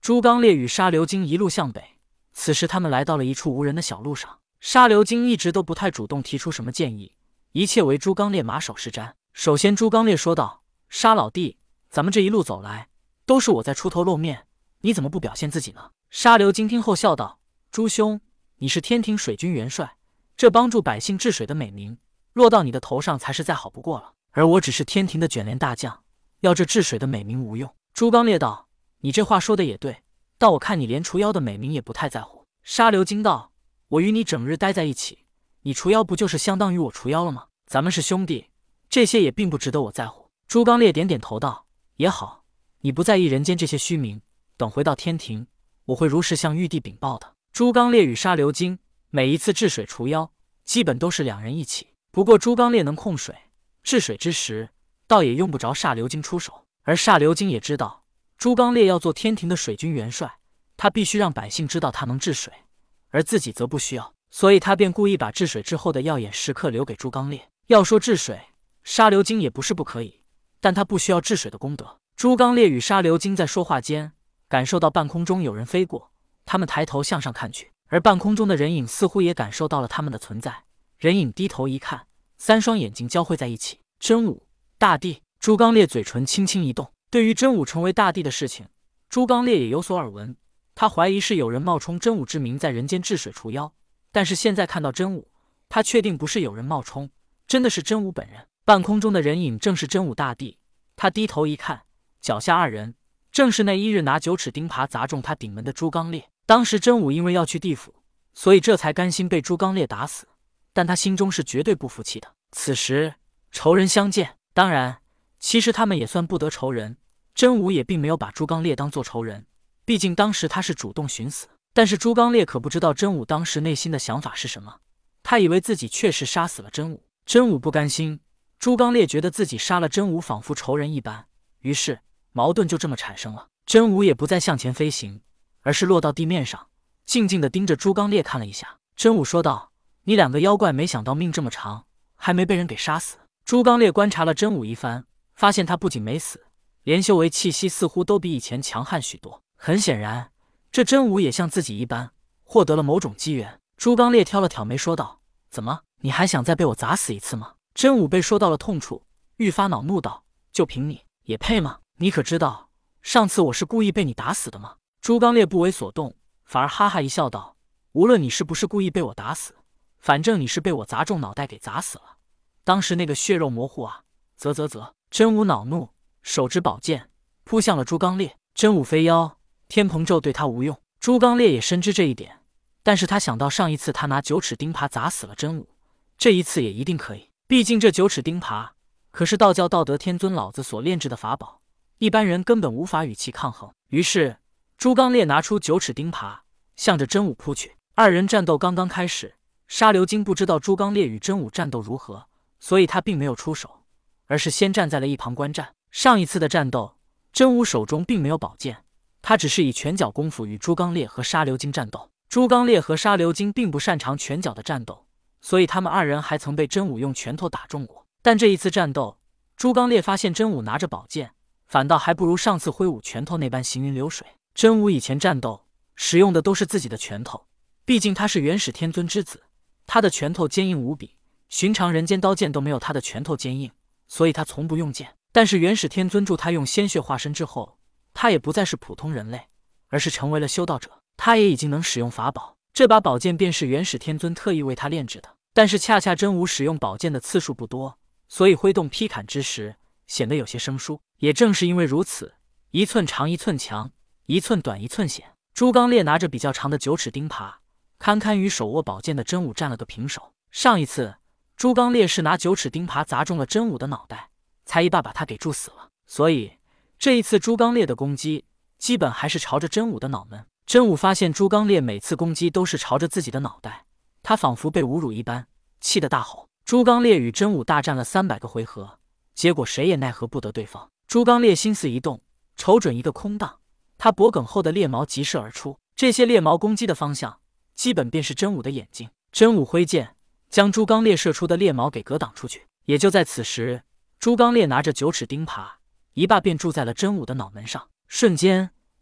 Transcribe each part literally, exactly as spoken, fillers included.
朱刚烈与沙流金一路向北，此时他们来到了一处无人的小路上。沙流金一直都不太主动提出什么建议，一切为朱刚烈马首是瞻。首先朱刚烈说道：“沙老弟，咱们这一路走来，都是我在出头露面，你怎么不表现自己呢？”沙流金听后笑道：“朱兄，你是天庭水军元帅，这帮助百姓治水的美名，落到你的头上才是再好不过了。而我只是天庭的卷帘大将，要这治水的美名无用。”朱刚烈道：“你这话说的也对，但我看你连除妖的美名也不太在乎。”沙流金道：“我与你整日待在一起，你除妖不就是相当于我除妖了吗？咱们是兄弟，这些也并不值得我在乎。”朱刚烈点点头道：“也好，你不在意人间这些虚名，等回到天庭，我会如实向玉帝禀报的。”朱刚烈与沙流金每一次治水除妖，基本都是两人一起。不过朱刚烈能控水，治水之时，倒也用不着沙流金出手。而沙流金也知道，朱刚烈要做天庭的水军元帅，他必须让百姓知道他能治水，而自己则不需要，所以他便故意把治水之后的耀眼时刻留给朱刚烈。要说治水，沙流金也不是不可以，但他不需要治水的功德。朱刚烈与沙流金在说话间，感受到半空中有人飞过，他们抬头向上看去，而半空中的人影似乎也感受到了他们的存在。人影低头一看，三双眼睛交汇在一起。真武大帝。朱刚烈嘴唇轻轻一动，对于真武成为大帝的事情，朱刚烈也有所耳闻。他怀疑是有人冒充真武之名在人间治水除妖，但是现在看到真武，他确定不是有人冒充，真的是真武本人。半空中的人影正是真武大帝，他低头一看，脚下二人正是那一日拿九齿钉耙砸中他顶门的朱刚烈。当时真武因为要去地府，所以这才甘心被朱刚烈打死，但他心中是绝对不服气的。此时仇人相见，当然其实他们也算不得仇人，真武也并没有把朱刚烈当作仇人，毕竟当时他是主动寻死。但是朱刚烈可不知道真武当时内心的想法是什么，他以为自己确实杀死了真武。真武不甘心，朱刚烈觉得自己杀了真武仿佛仇人一般，于是矛盾就这么产生了。真武也不再向前飞行，而是落到地面上，静静地盯着朱刚烈看了一下。真武说道：“你两个妖怪没想到命这么长，还没被人给杀死。”朱刚烈观察了真武一番，发现他不仅没死，连修为气息似乎都比以前强悍许多。很显然，这真武也像自己一般，获得了某种机缘。朱刚烈挑了挑眉说道：“怎么，你还想再被我砸死一次吗？”真武被说到了痛处，愈发恼怒道：“就凭你，也配吗？你可知道，上次我是故意被你打死的吗？”朱刚烈不为所动，反而哈哈一笑道：“无论你是不是故意被我打死，反正你是被我砸中脑袋给砸死了。当时那个血肉模糊啊，啧啧啧。”真武恼怒，手执宝剑扑向了朱刚烈。真武非妖，天蓬咒对他无用。朱刚烈也深知这一点，但是他想到上一次他拿九齿钉耙砸死了真武，这一次也一定可以。毕竟这九齿钉耙可是道教道德天尊老子所炼制的法宝，一般人根本无法与其抗衡。于是朱刚烈拿出九齿钉耙，向着真武扑去。二人战斗刚刚开始，沙流金不知道朱刚烈与真武战斗如何，所以他并没有出手，而是先站在了一旁观战。上一次的战斗，真武手中并没有宝剑，他只是以拳脚功夫与朱刚烈和沙流金战斗。朱刚烈和沙流金并不擅长拳脚的战斗，所以他们二人还曾被真武用拳头打中过。但这一次战斗，朱刚烈发现真武拿着宝剑，反倒还不如上次挥舞拳头那般行云流水。真武以前战斗使用的都是自己的拳头，毕竟他是元始天尊之子，他的拳头坚硬无比，寻常人间刀剑都没有他的拳头坚硬，所以他从不用剑。但是元始天尊助他用鲜血化身之后，他也不再是普通人类，而是成为了修道者。他也已经能使用法宝，这把宝剑便是元始天尊特意为他炼制的。但是恰恰真武使用宝剑的次数不多，所以挥动劈砍之时显得有些生疏。也正是因为如此，一寸长一寸强，一寸短一寸险。朱刚烈拿着比较长的九齿钉耙，堪堪与手握宝剑的真武战了个平手。上一次朱刚烈是拿九齿钉耙砸中了真武的脑袋，才一把把他给铸死了，所以这一次朱刚烈的攻击基本还是朝着真武的脑门。真武发现朱刚烈每次攻击都是朝着自己的脑袋，他仿佛被侮辱一般，气得大吼。朱刚烈与真武大战了三百个回合，结果谁也奈何不得对方。朱刚烈心思一动，瞅准一个空档，他脖梗后的猎矛急射而出，这些猎矛攻击的方向基本便是真武的眼睛。真武挥剑将朱刚烈射出的猎矛给格挡出去。也就在此时，朱刚烈拿着九齿钉耙，一把便铸在了真武的脑门上。瞬间，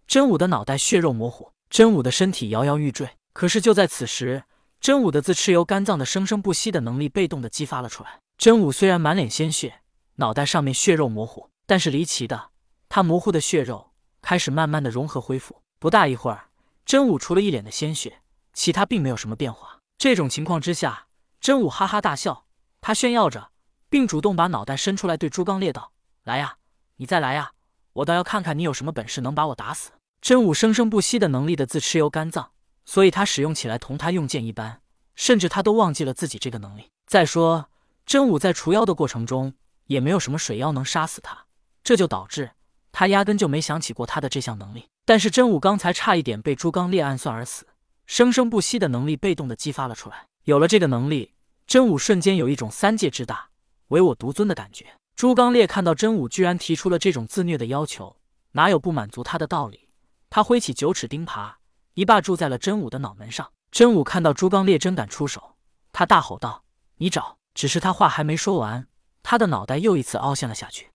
真武的脑袋血肉模糊，真武的身体摇摇欲坠。可是就在此时，真武的自蚩尤肝脏的生生不息的能力被动的激发了出来。真武虽然满脸鲜血，脑袋上面血肉模糊，但是离奇的，他模糊的血肉开始慢慢的融合恢复。不大一会儿，真武除了一脸的鲜血，其他并没有什么变化。这种情况之下，真武哈哈大笑，他炫耀着，并主动把脑袋伸出来对朱刚烈道：“来呀，你再来呀，我倒要看看你有什么本事能把我打死。”真武生生不息的能力的自蚩尤肝脏，所以他使用起来同他用剑一般，甚至他都忘记了自己这个能力。再说，真武在除妖的过程中也没有什么水妖能杀死他，这就导致他压根就没想起过他的这项能力。但是真武刚才差一点被朱刚烈暗算而死，生生不息的能力被动的激发了出来。有了这个能力，真武瞬间有一种三界之大唯我独尊的感觉。朱刚烈看到真武居然提出了这种自虐的要求，哪有不满足他的道理？他挥起九齿钉耙，一把住在了真武的脑门上。真武看到朱刚烈真敢出手，他大吼道：“你找！”只是他话还没说完，他的脑袋又一次凹陷了下去。